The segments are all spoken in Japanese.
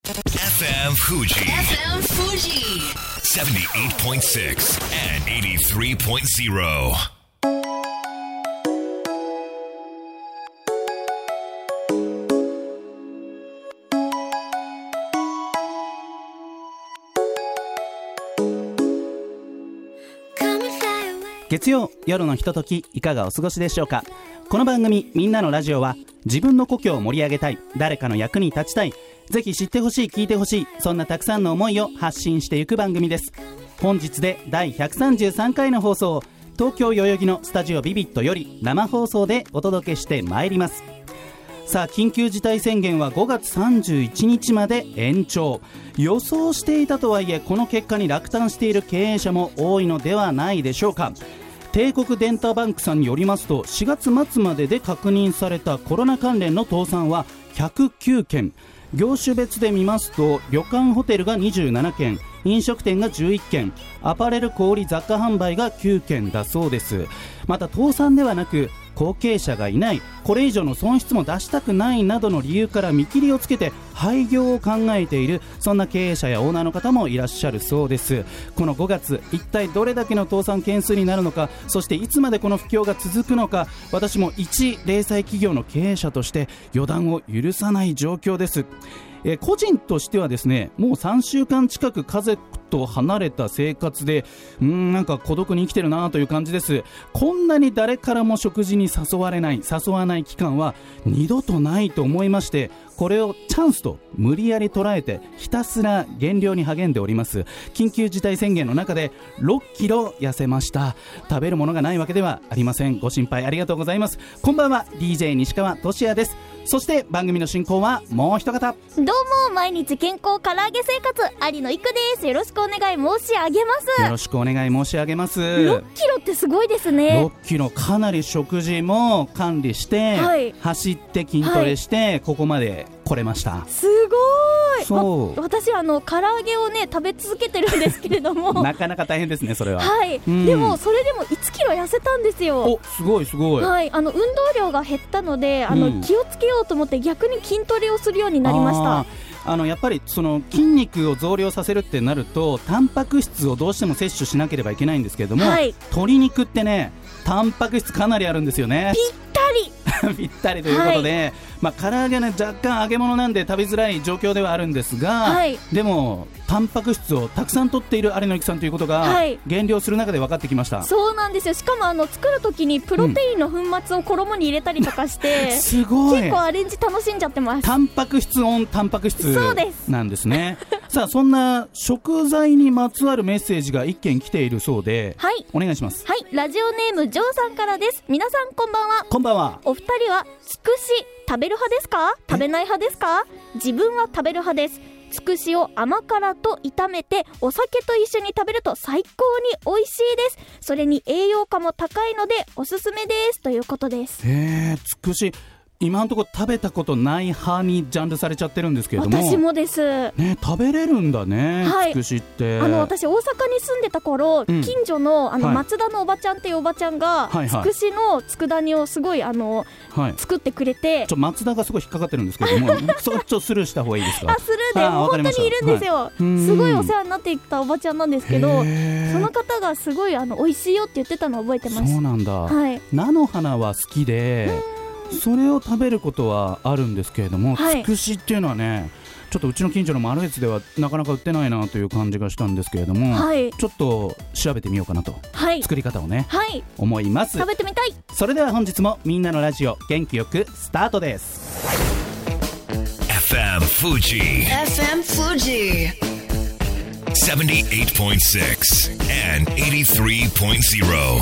FM Fuji 78.6 and 83.0。 月曜夜のひととき、いかがお過ごしでしょうか。この番組みんなのラジオは、自分の故郷を盛り上げたい、誰かの役に立ちたい、ぜひ知ってほしい、聞いてほしい、そんなたくさんの思いを発信していく番組です。本日で第133回の放送、東京代々木のスタジオビビットより生放送でお届けしてまいります。さあ、緊急事態宣言は5月31日まで延長。予想していたとはいえ、この結果に落胆している経営者も多いのではないでしょうか。帝国デンタバンクさんによりますと、4月末までで確認されたコロナ関連の倒産は109件、業種別で見ますと、旅館ホテルが27件、飲食店が11件、アパレル小売雑貨販売が9件だそうです。また倒産ではなく、後継者がいない、これ以上の損失も出したくないなどの理由から見切りをつけて廃業を考えている、そんな経営者やオーナーの方もいらっしゃるそうです。この5月、一体どれだけの倒産件数になるのか、そしていつまでこの不況が続くのか、私も一零細企業の経営者として予断を許さない状況です。個人としてはですね、もう3週間近く家族と離れた生活で、なんか孤独に生きてるなという感じです。こんなに誰からも食事に誘わない期間は二度とないと思いまして、これをチャンスと無理やり捉えてひたすら減量に励んでおります。緊急事態宣言の中で6キロ痩せました。食べるものがないわけではありません。ご心配ありがとうございます。こんばんは、 DJ 西川俊也です。そして番組の進行はもう一方。 どうも、毎日健康唐揚げ生活有野いくです。よろしくお願い申し上げます。 よろしくお願い申し上げます。 6キロってすごいですね。 6キロ、かなり食事も管理して、走って筋トレして、ここまで来れました。 すごい。私唐揚げをね食べ続けてるんですけれどもなかなか大変ですね、それは。 でもそれでも1キロ痩せたんですよ。 お、すごいすごい。 運動量が減ったので気をつけようと思って逆に筋トレをするようになりました。 やっぱりその筋肉を増量させるってなると、タンパク質をどうしても摂取しなければいけないんですけれども、鶏肉ってね、タンパク質かなりあるんですよね。 ぴったりぴったりということで、唐揚げね、若干揚げ物なんで食べづらい状況ではあるんですが、でもタンパク質をたくさん取っている有野由紀さんということが、減量する中で分かってきました。 そうなんですよ。しかも作るときにプロテインの粉末を衣に入れたりとかして、 すごい結構アレンジ楽しんじゃってます。 タンパク質オンタンパク質なんですね。さあ、そんな食材にまつわるメッセージが1件来ているそうで、お願いします。 ラジオネームジョーさんからです。皆さんこんばんは。 こんばんは。 お二人はつくし食べる派ですか、食べない派ですか？自分は食べる派です。つくしを甘辛と炒めてお酒と一緒に食べると最高に美味しいです。それに栄養価も高いのでおすすめです、ということです。 つくし、今のところ食べたことない派にジャンルされちゃってるんですけれども。 私もです、 食べれるんだね、つくしって。 私大阪に住んでた頃、近所の松田のおばちゃんっていうおばちゃんが、つくしの佃煮をすごい作ってくれて、 松田がすごい引っかかってるんですけどもそこちょっとスルーした方がいいですか？ スルーで、もう本当にいるんですよ。すごいお世話になっていたおばちゃんなんですけど、その方がすごい美味しいよって言ってたのを覚えてます。 そうなんだ。菜の花は好きで、それを食べることはあるんですけれども、つくしっていうのはね、ちょっとうちの近所のマルエツではなかなか売ってないなという感じがしたんですけれども、ちょっと調べてみようかなと、作り方をね、思います。 食べてみたい。 それでは本日もみんなのラジオ、元気よくスタートです。 FM Fuji 78.6 and 83.0。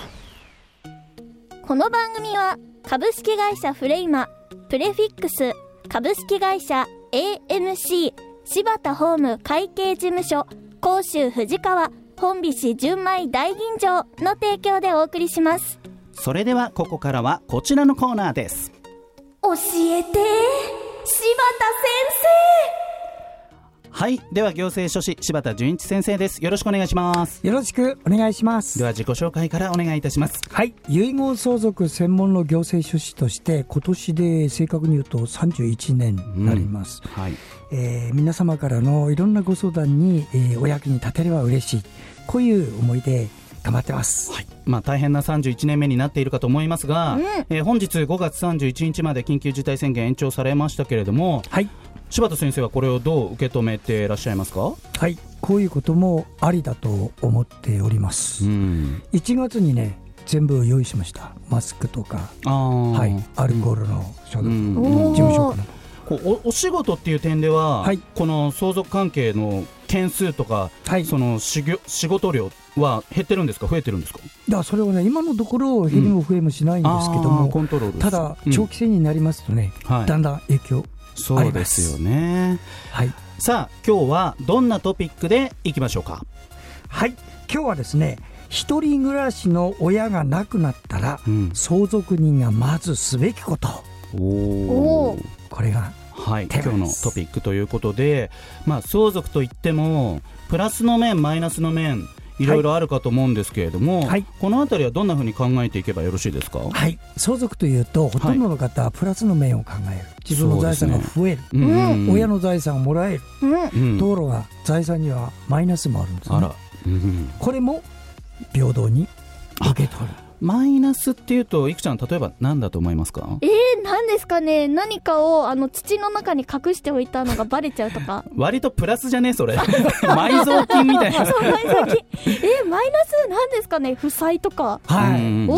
この番組は株式会社フレイマ、プレフィックス、株式会社 AMC、 柴田ホーム会計事務所、甲州藤川、本菱純米大吟醸の提供でお送りします。 それではここからはこちらのコーナーです。 教えて柴田先生。 はい、では行政書士柴田純一先生です。よろしくお願いします。 よろしくお願いします。 では自己紹介からお願いいたします。 はい、遺言相続専門の行政書士として今年で正確に言うと31年になります、 はい。 皆様からのいろんなご相談に、お役に立てれば嬉しい、こういう思いで頑張ってます、 はい。大変な31年目になっているかと思いますが、本日5月31日まで緊急事態宣言延長されましたけれども、 はい、 柴田先生はこれをどう受け止めていらっしゃいますか？ はい、こういうこともありだと思っております、1月にね全部用意しました。マスクとか、はい、アルコールの消毒、事務所からお仕事っていう点では、 はい、 この相続関係の件数とか、 はい、 その仕事量は減ってるんですか、増えてるんですか？ それをね今のところ減りも増えもしないんですけども、 コントロールただ長期戦になりますとね、だんだん影響あります。 そうですよね、はい。さあ今日はどんなトピックでいきましょうか？ はい、今日はですね、一人暮らしの親が亡くなったら、相続人がまずすべきこと、これがはい、今日のトピックということで、相続といってもプラスの面マイナスの面いろいろあるかと思うんですけれども、はい、このあたりはどんなふうに考えていけばよろしいですか？ はい、相続というとほとんどの方はプラスの面を考える、自分の財産が増える、親の財産をもらえる、ところが財産にはマイナスもあるんですね。これも平等に受け取る。 マイナスっていうといくちゃん、例えば何だと思いますか？ 何ですかね。何かを土の中に隠しておいたのがバレちゃうとか割とプラスじゃねそれ埋蔵金みたいなそう、埋蔵金マイナスなんですかね。負債とか、 はい、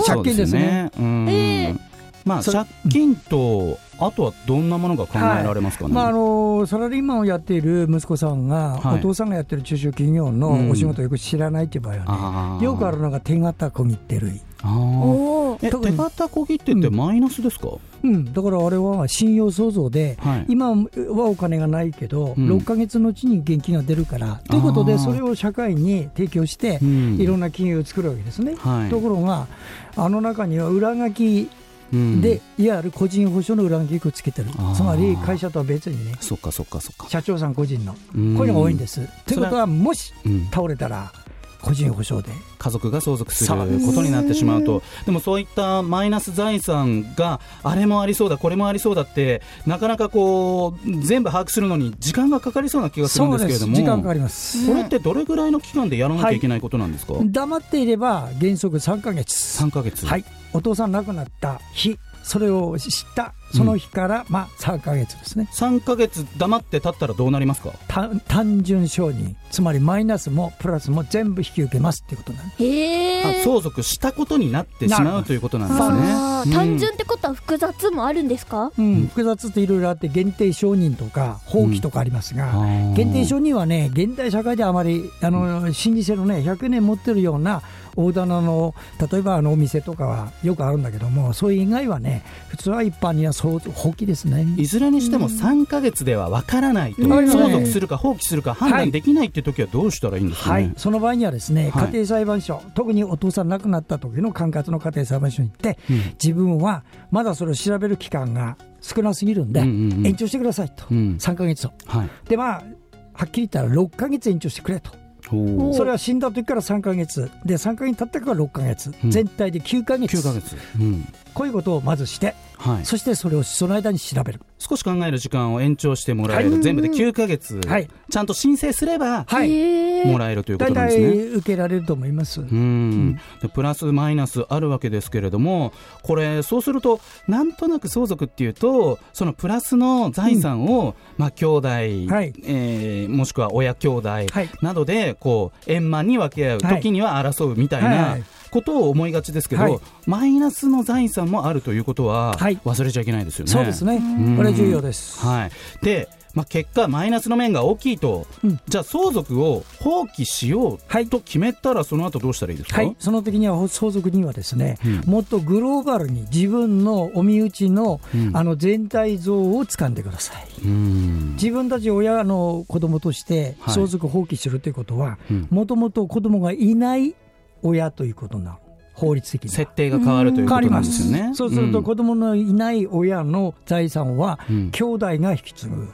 借金ですね。 借金とあとはどんなものが考えられますかね？ サラリーマンをやっている息子さんが、お父さんがやっている中小企業のお仕事をよく知らないという場合はね、よくあるのが手形小切手類。 手形小切手ってマイナスですか？ だからあれは信用創造で、今はお金がないけど、6ヶ月のうちに現金が出るからということで、それを社会に提供して、いろんな金融を作るわけですね。ところが中には裏書きで、いわゆる個人保証の裏書きをつけてる、つまり会社とは別にね、社長さん個人のこういうのが多いんです。ということは、もし倒れたら個人保証で家族が相続することになってしまうと。でもそういったマイナス財産があれもありそうだこれもありそうだってなかなか全部把握するのに時間がかかりそうな気がするんですけれども、 時間かかります。 これってどれぐらいの期間でやらなきゃいけないことなんですか？ 黙っていれば原則3ヶ月。 はい、 お父さん亡くなった日、それを知ったその日から、3ヶ月ですね。 3ヶ月黙って経ったらどうなりますか？ 単純承認、つまりマイナスもプラスも全部引き受けますっていうことなんです。 相続したことになってしまうということなんですね。 単純ってことは複雑もあるんですか？ 複雑っていろいろあって、限定承認とか放棄とかありますが、限定承認はね、現代社会であまり老舗のね100年持ってるような大棚の例えばお店とかはよくあるんだけども、それ以外はね普通は一般には放棄ですね。 いずれにしても3ヶ月では分からないと、相続するか放棄するか判断できないっていう時はどうしたらいいんですかね？ その場合にはですね、家庭裁判所、特にお父さん亡くなった時の管轄の家庭裁判所に行って、自分はまだそれを調べる期間が少なすぎるんで、延長してくださいと、3ヶ月を、ではっきり言ったら6ヶ月延長してくれと。それは死んだ時から3ヶ月で、3ヶ月経ってから6ヶ月、全体で9ヶ月、こういうことをまずして、そしてそれをその間に調べる。 少し考える時間を延長してもらえる、全部で9ヶ月、ちゃんと申請すれば、もらえるということなんですね。 大体受けられると思います。 でプラスマイナスあるわけですけれども、これそうするとなんとなく相続っていうと、そのプラスの財産を、兄弟、もしくは親兄弟などで円満に分け合う、時には争うみたいなことを思いがちですけど、マイナスの財産もあるということは忘れちゃいけないですよね。 そうですね、これ重要です。 で結果マイナスの面が大きいと、じゃあ相続を放棄しようと決めたら、その後どうしたらいいですか？ その時には相続人はですね、もっとグローバルに自分のお身内の、全体像を掴んでください。自分たち親の子供として相続放棄するということは、もともと子供がいない親ということなの。法律的に設定が変わるということなんですよね。 そうすると子供のいない親の財産は兄弟が引き継ぐ。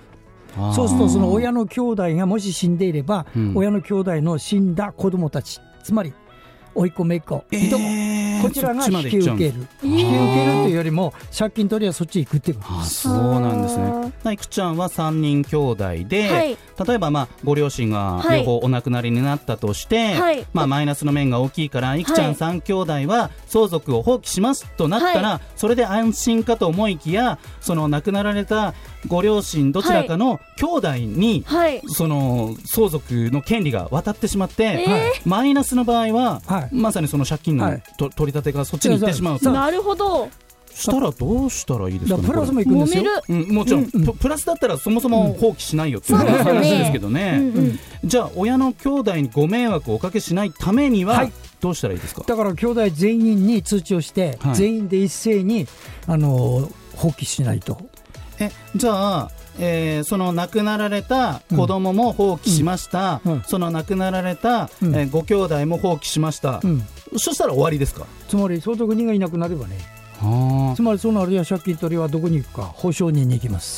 そうするとその親の兄弟がもし死んでいれば、親の兄弟の死んだ子供たち、つまり甥っ子姪っ子、いとこ、こちらが引き受ける、というよりも借金取りはそっち行くっていうことです。 そうなんですね。いくちゃんは3人兄弟で、例えばご両親が両方お亡くなりになったとして、マイナスの面が大きいからいくちゃん3兄弟は相続を放棄しますとなったら、それで安心かと思いきや、その亡くなられたご両親どちらかの兄弟に、その相続の権利が渡ってしまって、マイナスの場合は、まさにその借金の取り立てがそっちに行ってしまう。 なるほど。 したらどうしたらいいですかね。 プラスも行くんですよ。 もちろん、プラスだったらそもそも放棄しないよっていう話ですけどね。じゃあ親の兄弟にご迷惑をおかけしないためにはどうしたらいいですか。 だから兄弟全員に通知をして、全員で一斉に放棄しないと。 じゃあその亡くなられた子供も放棄しました、その亡くなられた、ご兄弟も放棄しました、そしたら終わりですか。 つまり相続人がいなくなればね、つまりそうなるや借金取りはどこに行くか、保証人に行きます。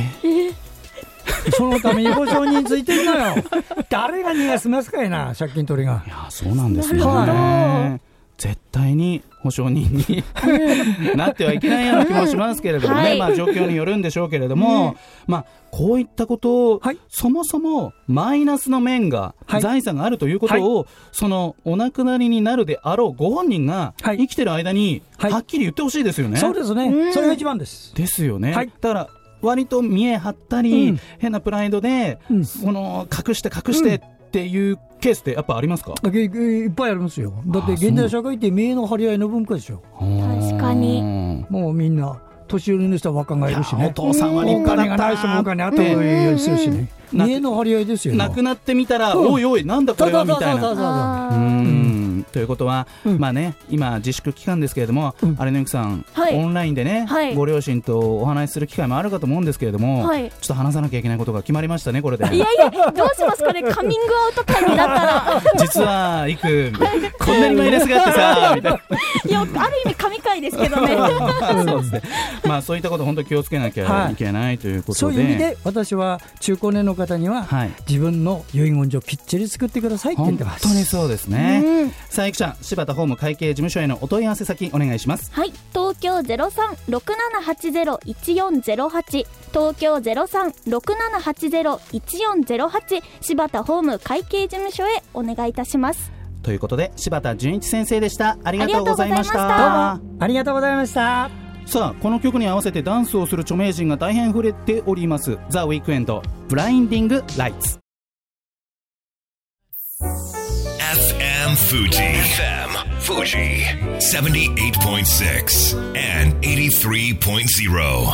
そのために保証人ついてるのよ。誰が逃がしますかいな、借金取りが。 いや、そうなんですね。絶対に保証人になってはいけないような気もしますけれどもね、状況によるんでしょうけれども、こういったことを、そもそもマイナスの面が、財産があるということを、そのお亡くなりになるであろうご本人が生きてる間にはっきり言ってほしいですよね。 そうですね、それが一番です。 ですよね。だから割と見え張ったり、変なプライドで、その隠してっていうケースってやっぱありますか。 いっぱいありますよ。だって現代社会って見栄の張り合いの文化でしょ。 確かに。 もうみんな年寄りの人は若返るしね、 お父さんは立派だった、 お金がない人もお金あったようにするしね、見栄の張り合いですよ。 亡くなってみたら、おいおいなんだこれはみたいな。ということは、今自粛期間ですけれども、有野由紀さん、オンラインでね、ご両親とお話しする機会もあるかと思うんですけれども、ちょっと話さなきゃいけないことが決まりましたね、これで。 いやどうしますかね、カミングアウト会になったら。 実はいくこんなにマイナスがあってさみたいな。 いや、ある意味神回ですけどね。 そうですね。そういったこと本当に気をつけなきゃいけないということで、 そういう意味で私は中高年の方には、自分の遺言状きっちり作ってくださいって言ってます。 本当にそうですね。さあ、いくちゃん、柴田法務会計事務所へのお問い合わせ先お願いします。 はい、東京 03-6780-1408 東京 03-6780-1408 柴田法務会計事務所へお願いいたします。 ということで、柴田純一先生でした。ありがとうございました。 どうもありがとうございました。 さあ、この曲に合わせてダンスをする著名人が大変触れておりますザ・ウィークエンドブラインディング・ライツ。 FM Fuji 78.6 and 83.0。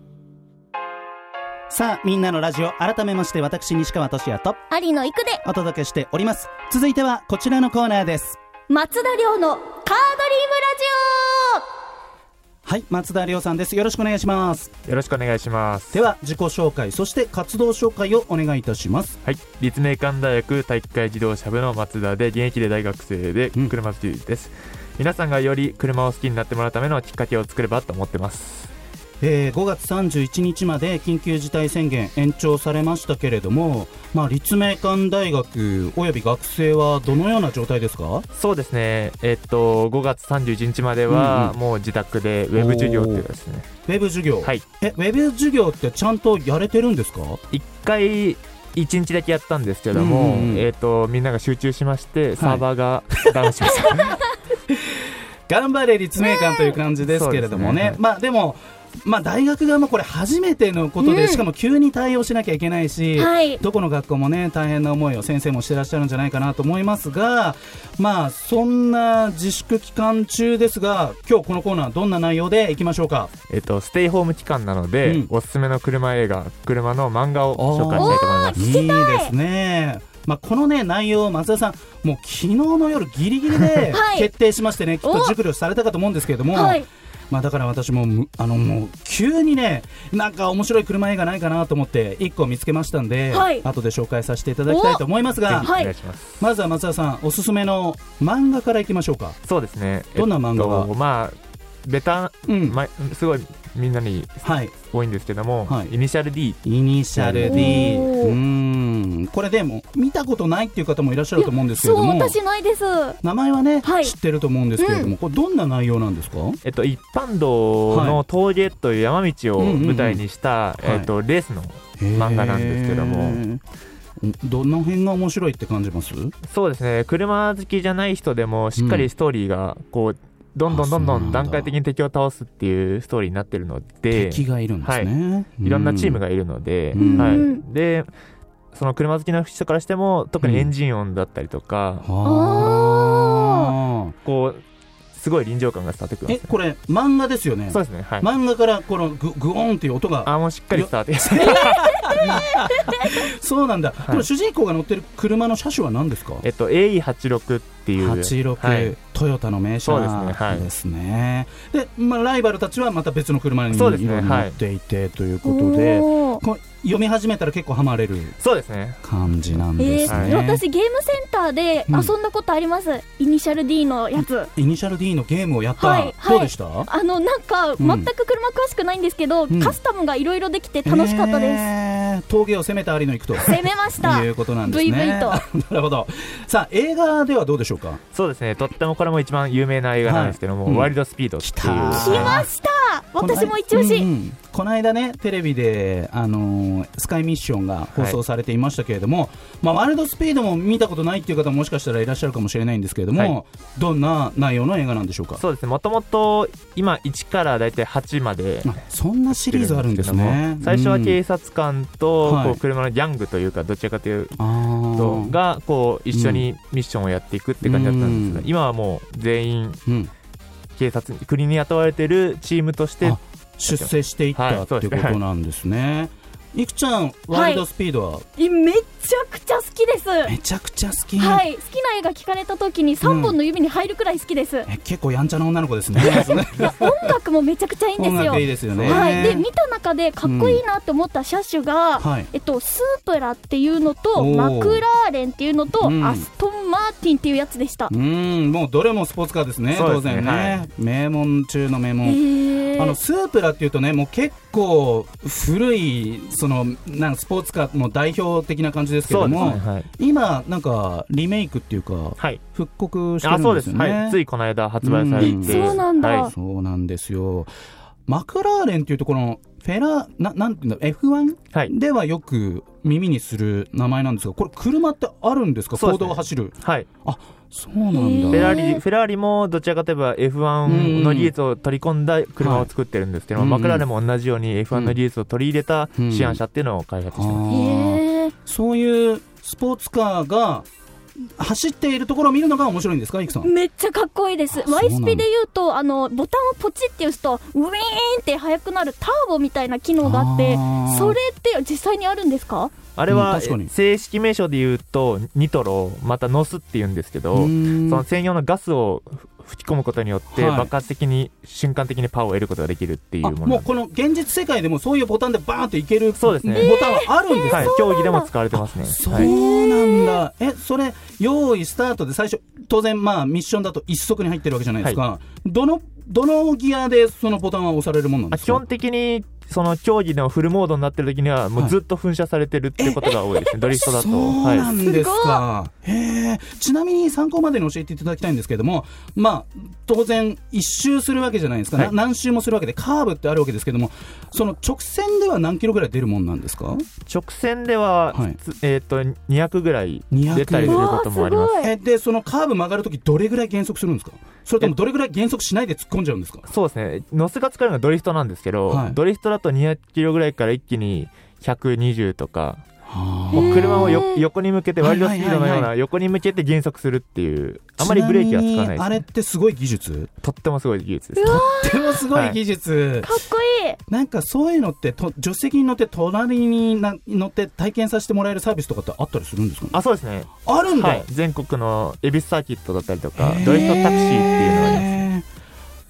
さあ、みんなのラジオ、改めまして私西川俊也と有野育でお届けしております。続いてはこちらのコーナーです。 松田亮のカードリームラジオ。 はい、松田亮さんです。よろしくお願いします。 よろしくお願いします。 では自己紹介、そして活動紹介をお願いいたします。 はい、立命館大学体育会自動車部の松田で、現役で大学生で車好きです、皆さんがより車を好きになってもらうためのきっかけを作ればと思ってます。 5月31日まで緊急事態宣言延長されましたけれども、立命館大学および学生はどのような状態ですか。 そうですね、5月31日まではもう自宅でウェブ授業っていうですね。 ウェブ授業、 はい、 ウェブ授業ってちゃんとやれてるんですか。 1回1日だけやったんですけども、みんなが集中しましてサーバーがダウンしました、 頑張れ立命館という感じですけれどもね。でも大学側もこれ初めてのことで、しかも急に対応しなきゃいけないし、どこの学校もね大変な思いを先生もしてらっしゃるんじゃないかなと思いますが、そんな自粛期間中ですが、今日このコーナーどんな内容でいきましょうか。 ステイホーム期間なので、おすすめの車映画、車の漫画を紹介したいと思います。 いいですね。このね内容、松田さんもう昨日の夜ギリギリで決定しましてね、きっと熟慮されたかと思うんですけれども、だから私ももう急にね、なんか面白い車映画ないかなと思って1個見つけましたんで、後で紹介させていただきたいと思いますが、まずは松田さんおすすめの漫画からいきましょうか。 そうですね、 どんな漫画が。 ベタ、すごいみんなに多いんですけども、イニシャル D。 イニシャル D。これでも見たことないっていう方もいらっしゃると思うんですけれども、 そう、私ないです。 名前はね、知ってると思うんですけれども、これどんな内容なんですか？ 一般道の峠という山道を舞台にした、レースの漫画なんですけども、 どの辺が面白いって感じます？ そうですね、車好きじゃない人でもしっかりストーリーがこうどんどん段階的に敵を倒すっていうストーリーになってるので、 敵がいるんですね、 いろんなチームがいるので、でその車好きな人からしても特にエンジン音だったりとか、こうすごい臨場感が伝わってくるんです、ね。 これ漫画ですよね？そうですね、漫画からこのグオーンっていう音がもうしっかり伝わってそうなんだ、これ主人公が乗ってる車の車種は何ですか ？AE86 っていう 86、トヨタの名車ですね。で、ライバルたちはまた別の車に乗っていてということで、読み始めたら結構ハマれる感じなんですね。 私ゲームセンターで遊んだことあります、イニシャル D のやつ。 イニシャル D のゲームをやった、どうでした？ なんか全く車詳しくないんですけど、カスタムがいろいろできて楽しかったです。 峠を攻めたありの行くと攻めましたいうことなんですね。 VV となるほど。さあ映画ではどうでしょうか？ そうですね、とってもこれも一番有名な映画なんですけども、ワイルドスピードっていう。 来ました、私も一押し。 この間ねテレビでスカイミッションが放送されていましたけれども、ワイルドスピードも見たことないっていう方ももしかしたらいらっしゃるかもしれないんですけれども、どんな内容の映画なんでしょうか？ そうですね、もともと今1からだいたい8まで、 そんなシリーズあるんですね。 最初は警察官とこう車のギャングというか、どちらかというとがこう一緒にミッションをやっていくって感じだったんですが、今はもう全員警察国に雇われているチームとして出世していったっていうことなんですね。いくちゃん、ワイルドスピードは？ めちゃくちゃ好きです。 めちゃくちゃ好き。 好きな映画聞かれた時に3本の指に入るくらい好きです。 結構やんちゃな女の子ですね。 音楽もめちゃくちゃいいんですよ。 音楽いいですよね。 で見た中でかっこいいなって思った車種が、スープラっていうのとマクラーレンっていうのと、アストンマーティンっていうやつでした。 もうどれもスポーツカーですね、当然ね、名門中の名門。スープラっていうとね、もう結構古いそのスポーツカーの代表的な感じですけども、今なんかリメイクっていうか、復刻してるんですよね。 ついこの間発売されて、 そうなんだ、 そうなんですよ。マクラーレンっていうところのなんていうんだ F1、ではよく耳にする名前なんですが、これ車ってあるんですか？公道を走る。そうなんだ。フェラーリもどちらかといえば F1 の技術を取り込んだ車を作ってるんですけど、マクラーレンも同じように F1 の技術を取り入れた市販車っていうのを開発してます。 そういうスポーツカーが走っているところを見るのが面白いんですか、いくさん？ めっちゃかっこいいです。ワイスピで言うとボタンをポチって押すとウィーンって速くなるターボみたいな機能があって、それって実際にあるんですか？ あれは正式名称で言うとニトロまたノスって言うんですけど、その専用のガスを吹き込むことによって爆発的に瞬間的にパワーを得ることができるっていうもの。 もうこの現実世界でもそういうボタンでバーンといけるボタンはあるんですか？ 競技でも使われてますね。 そうなんだ。それ用意スタートで最初当然ミッションだと一足に入ってるわけじゃないですか。どのギアでそのボタンは押されるものなんですか？ 基本的にその競技のフルモードになってる時にはもうずっと噴射されてるってことが多いですね、ドリフトだと。 そうなんですか。ちなみに参考までに教えていただきたいんですけども、当然一周するわけじゃないですか、何周もするわけでカーブってあるわけですけども、その直線では何キロぐらい出るもんなんですか？ 直線では、200ぐらい出たりすることもあります。 でそのカーブ曲がるときどれぐらい減速するんですか？それともどれぐらい減速しないで突っ込んじゃうんですか？ そうですね、ノスが使えるのはドリフトなんですけど、ドリフトだと200キロぐらいから一気に120とか、もう車を横に向けてワイルドスピードのような横に向けて減速するっていう、あまりブレーキは使わないです、ね。 あれってすごい技術？ とってもすごい技術です。 とってもすごい技術、 かっこいい。 なんかそういうのって助手席に乗って隣に乗って体験させてもらえるサービスとかってあったりするんですかね？ そうですね、 あるんだ、 全国の恵比寿サーキットだったりとかドリフトタクシーっていうのがあります。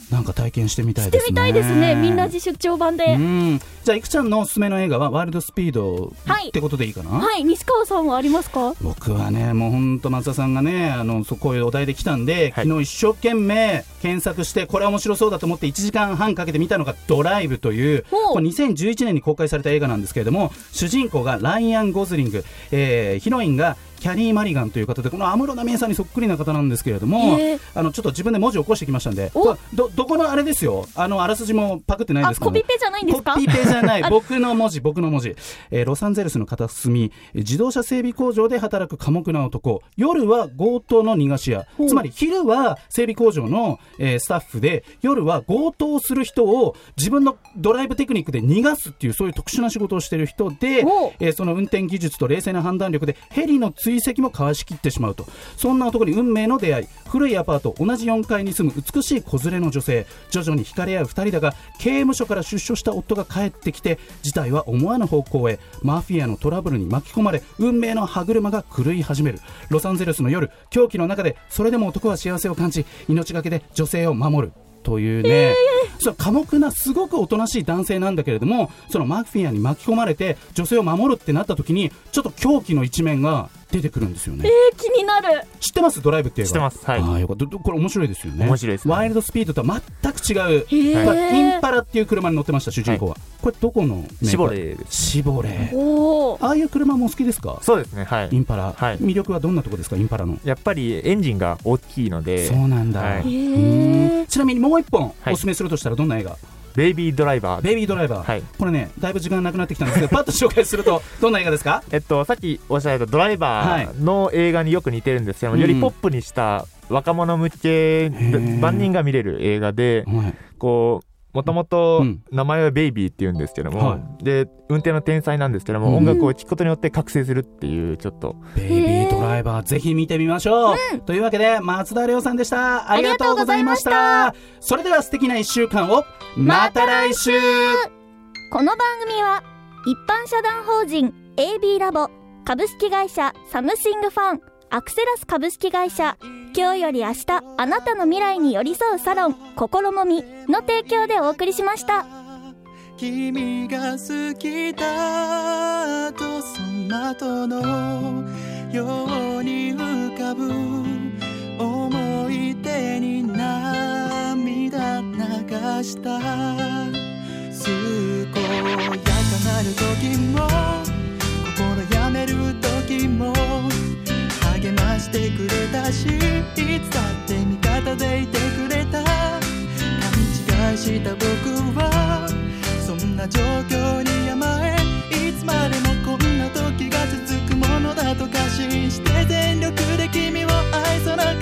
なんか体験してみたいですね。 してみたいですね、みんな自出張版で。 じゃあいくちゃんのおすすめの映画はワイルドスピードってことでいいかな。 はい、西川さんはありますか？ 僕はね、もう本当松田さんがね、こういうお題で来たんで、昨日一生懸命検索してこれ面白そうだと思って1時間半かけて見たのがドライブという、これ2011年に公開された映画なんですけれども、主人公がライアン・ゴズリング、ヒロインがキャリー・マリガンという方で、この安室奈美恵さんにそっくりな方なんですけれども、ちょっと自分で文字を起こしてきましたんで、どこのあれですよ、あらすじもパクってないですけど、 コピペじゃないんですか？ コピペじゃない僕の文字、ロサンゼルスの片隅、自動車整備工場で働く寡黙な男、夜は強盗の逃がし屋、つまり昼は整備工場の、スタッフで、夜は強盗をする人を自分のドライブテクニックで逃がすっていう、そういう特殊な仕事をしている人で、その運転技術と冷静な判断力でヘリの追跡もかわしきってしまうと。そんな男に運命の出会い、古いアパート同じ4階に住む美しい子連れの女性、徐々に惹かれ合う2人だが、刑務所から出所した夫が帰ってきて、事態は思わぬ方向へ。マフィアのトラブルに巻き込まれ、運命の歯車が狂い始める。ロサンゼルスの夜、狂気の中でそれでも男は幸せを感じ、命がけで女性を守るというね、その寡黙なすごくおとなしい男性なんだけれども、そのマフィアに巻き込まれて女性を守るってなった時に、ちょっと狂気の一面が出てくるんですよね。 気になる。知ってます？ドライブっていうのは。 知ってます。はい。 よかった。これ面白いですよね。 面白いですね。 ワイルドスピードとは全く違う、インパラっていう車に乗ってました、主人公は。これどこのメーカー？ シボレーです。 シボレー。ああいう車もお好きですか？ そうですね。はい。 インパラ。魅力はどんなところですか、インパラの？ やっぱりエンジンが大きいので。 そうなんだ。ちなみにもう一本おすすめするとしたらどんな映画？ ベイビードライバー。 ベイビードライバー、これね、だいぶ時間なくなってきたんですけどパッと紹介するとどんな映画ですか？ さっきおっしゃったドライバーの映画によく似てるんですけども、よりポップにした若者向け、万人が見れる映画で、こうもともと名前はベイビーって言うんですけども、で運転の天才なんですけども、音楽を聴くことによって覚醒するっていう、ちょっとベイビードライバーぜひ見てみましょう、というわけで松田亮さんでした。ありがとうございました。それでは素敵な1週間を、また来週。 この番組は一般社団法人 AB ラボ、株式会社サムシングファン、アクセラス株式会社、今日より明日あなたの未来に寄り添うサロン心もみの提供でお送りしました。 君が好きだとその後のように浮かぶ思い出に涙流した健やかなる時も心やめる時も励ましてくれたし、いつだって味方でいてくれた。勘違いした僕はそんな状況に甘え、いつまでもこんな時が続くものだと過信して全力で君を愛さなかった。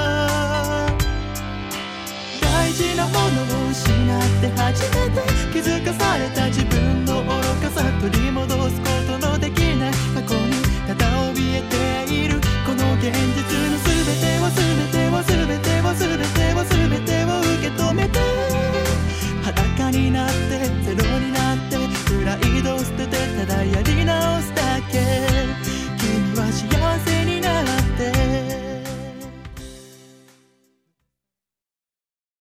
大事なものを失って初めて気づかされた自分の愚かさ、取り戻